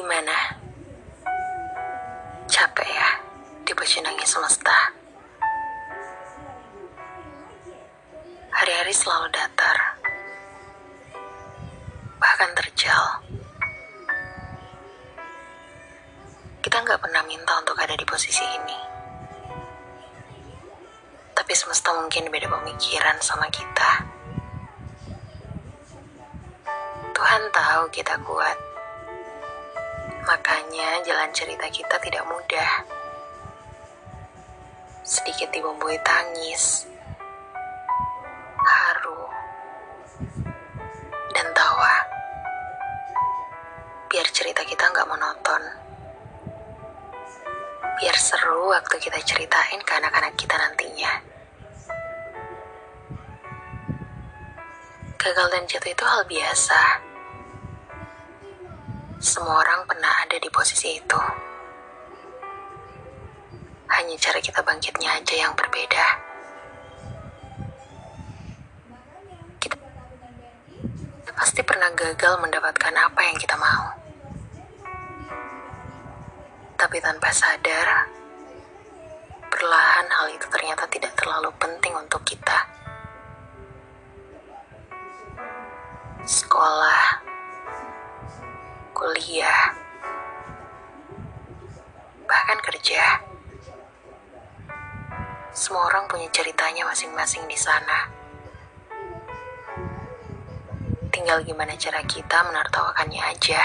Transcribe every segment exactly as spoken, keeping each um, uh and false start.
Gimana? Capek ya dipecundangi semesta? Hari-hari selalu datar, bahkan terjal. Kita nggak pernah minta untuk ada di posisi ini, tapi semesta mungkin beda pemikiran sama kita. Tuhan tahu kita kuat, makanya jalan cerita kita tidak mudah. Sedikit dibumbui tangis, haru, dan tawa. Biar cerita kita nggak monoton. Biar seru waktu kita ceritain ke anak-anak kita nantinya. Gagal dan jatuh itu hal biasa. Semua orang pernah ada di posisi itu. Hanya cara kita bangkitnya aja yang berbeda. Kita pasti pernah gagal mendapatkan apa yang kita mau. Tapi tanpa sadar, perlahan hal itu ternyata tidak terlalu penting untuk kita. Sekolah, kuliah, bahkan kerja. Semua orang punya ceritanya masing-masing di sana. Tinggal gimana cara kita menertawakannya aja.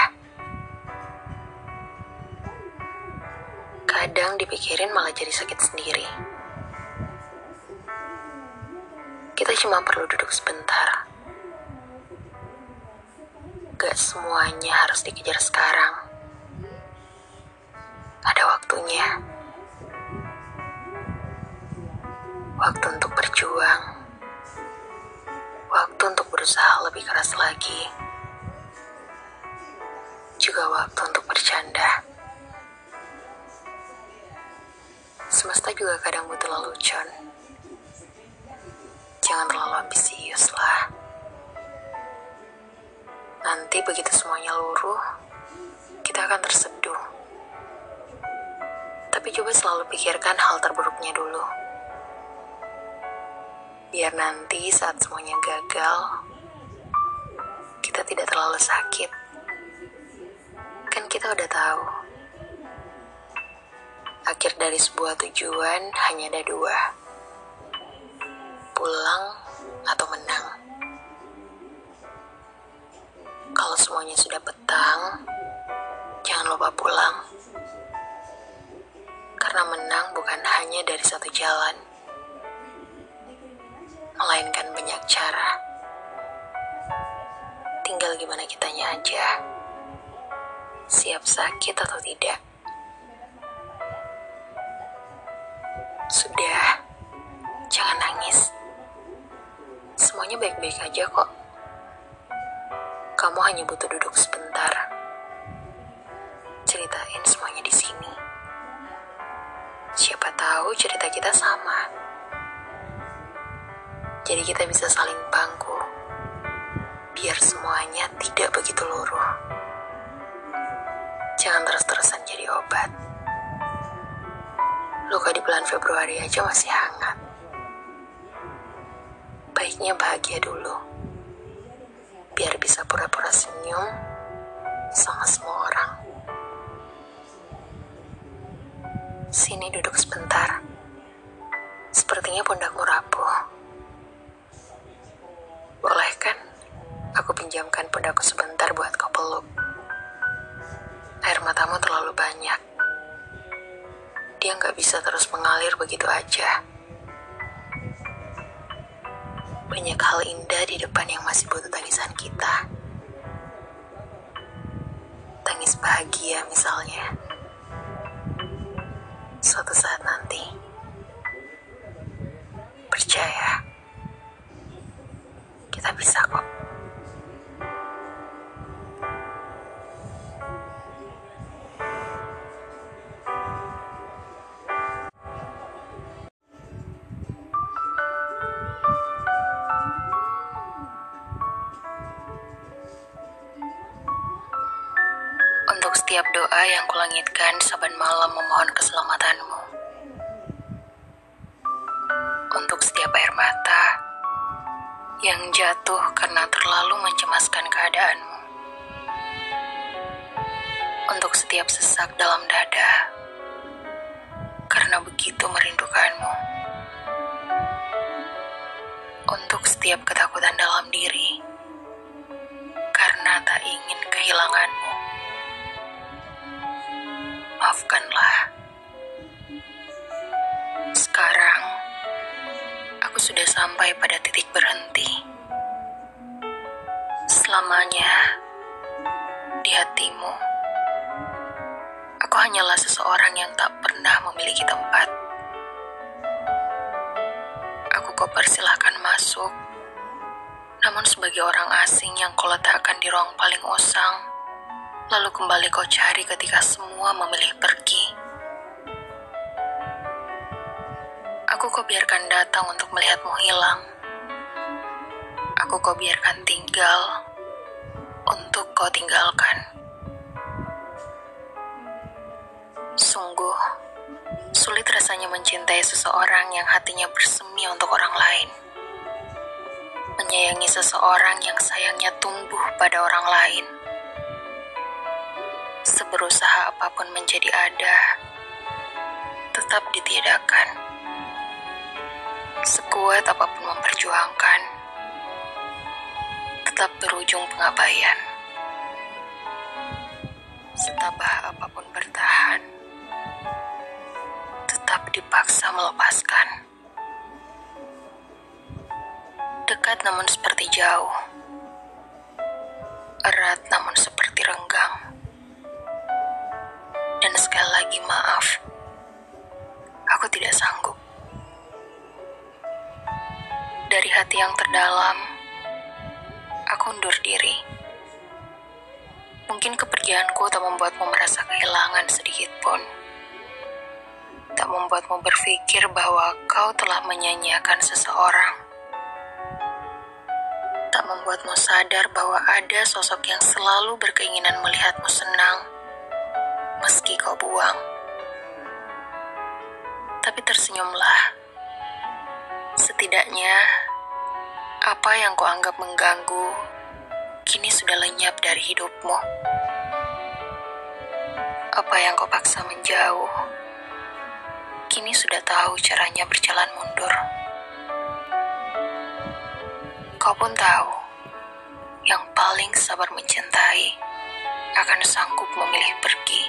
Kadang dipikirin malah jadi sakit sendiri. Kita cuma perlu duduk sebentar. Gak semuanya harus dikejar sekarang. Ada waktunya. Waktu untuk berjuang. Waktu untuk berusaha lebih keras lagi. Juga waktu untuk bercanda. Semesta juga kadang butuh lelucon. Jangan terlalu ambisius lah. Nanti begitu semuanya luruh, kita akan terseduh. Tapi coba selalu pikirkan hal terburuknya dulu. Biar nanti saat semuanya gagal, kita tidak terlalu sakit. Kan kita udah tahu. Akhir dari sebuah tujuan hanya ada dua. Pulang atau menang. Kalau semuanya sudah petang, jangan lupa pulang. Karena menang bukan hanya dari satu jalan, melainkan banyak cara. Tinggal gimana kitanya aja. Siap sakit atau tidak. Sudah, jangan nangis. Semuanya baik-baik aja kok. Kamu hanya butuh duduk sebentar. Ceritain semuanya di sini. Siapa tahu cerita kita sama. Jadi kita bisa saling bangku. Biar semuanya tidak begitu luruh. Jangan terus-terusan jadi obat. Luka di bulan Februari aja masih hangat. Baiknya bahagia dulu. Biar bisa pura-pura senyum sama semua orang. Sini duduk sebentar. Sepertinya pundakmu rapuh. Boleh kan aku pinjamkan pundakku sebentar buat kau peluk? Air matamu terlalu banyak. Dia nggak bisa terus mengalir begitu aja. Banyak hal indah di depan yang masih butuh tangisan kita. Tangis bahagia misalnya. Suatu saat nanti. Percaya. Kita bisa kok. setiap doa yang kulangitkan saban malam memohon keselamatanmu. Untuk setiap air mata yang jatuh karena terlalu mencemaskan keadaanmu. Untuk setiap sesak dalam dada karena begitu merindukanmu. Untuk setiap ketakutan dalam diri karena tak ingin kehilanganmu. Maafkanlah. Sekarang, aku sudah sampai pada titik berhenti. Selamanya, di hatimu, aku hanyalah seseorang yang tak pernah memiliki tempat. Aku kau persilahkan masuk, namun sebagai orang asing yang kau letakkan di ruang paling usang, lalu kembali kau cari ketika semua memilih pergi. Aku kau biarkan datang untuk melihatmu hilang. Aku kau biarkan tinggal untuk kau tinggalkan. Sungguh, sulit rasanya mencintai seseorang yang hatinya bersemi untuk orang lain. Menyayangi seseorang yang sayangnya tumbuh pada orang lain. Seberusaha apapun menjadi ada, tetap ditiadakan. Sekuat apapun memperjuangkan, tetap berujung pengabaian. Setabah apapun bertahan, tetap dipaksa melepaskan. Dekat namun seperti jauh, erat namun seperti renggang. Dan sekali lagi maaf, aku tidak sanggup. Dari hati yang terdalam, aku undur diri. Mungkin kepergianku tak membuatmu merasa kehilangan sedikit pun. Tak membuatmu berpikir bahwa kau telah menyanyiakan seseorang. Tak membuatmu sadar bahwa ada sosok yang selalu berkeinginan melihatmu senang, meski kau buang. Tapi tersenyumlah. Setidaknya, apa yang kau anggap mengganggu, kini sudah lenyap dari hidupmu. Apa yang kau paksa menjauh, kini sudah tahu caranya berjalan mundur. Kau pun tahu, yang paling sabar mencintai akan sanggup memilih pergi.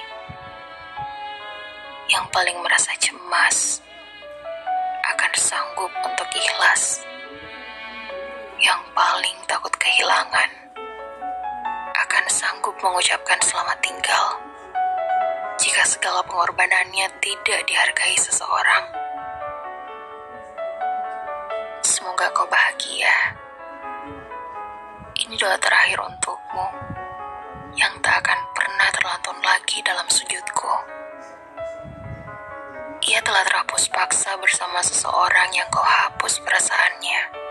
Yang paling merasa cemas akan sanggup untuk ikhlas. Yang paling takut kehilangan akan sanggup mengucapkan selamat tinggal jika segala pengorbanannya tidak dihargai seseorang. Semoga kau bahagia. Ini doa terakhir untukmu yang tak akan pernah terlantun lagi dalam sujudku. Ia telah terhapus paksa bersama seseorang yang kau hapus perasaannya.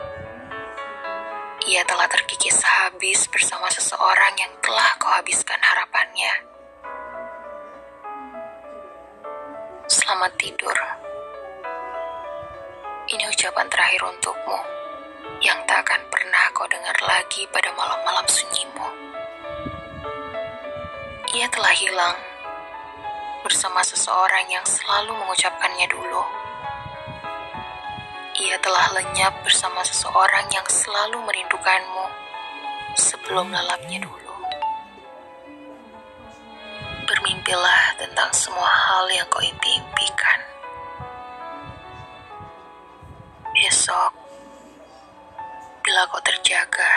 Ia telah terkikis habis bersama seseorang yang telah kau habiskan harapannya. Selamat tidur. Ini ucapan terakhir untukmu yang tak akan pernah kau dengar lagi pada malam-malam sunyimu. Ia telah hilang bersama seseorang yang selalu mengucapkannya dulu. Ia telah lenyap bersama seseorang yang selalu merindukanmu sebelum lelapnya dulu. Bermimpilah tentang semua hal yang kau impi-impikan. Besok, bila kau terjaga,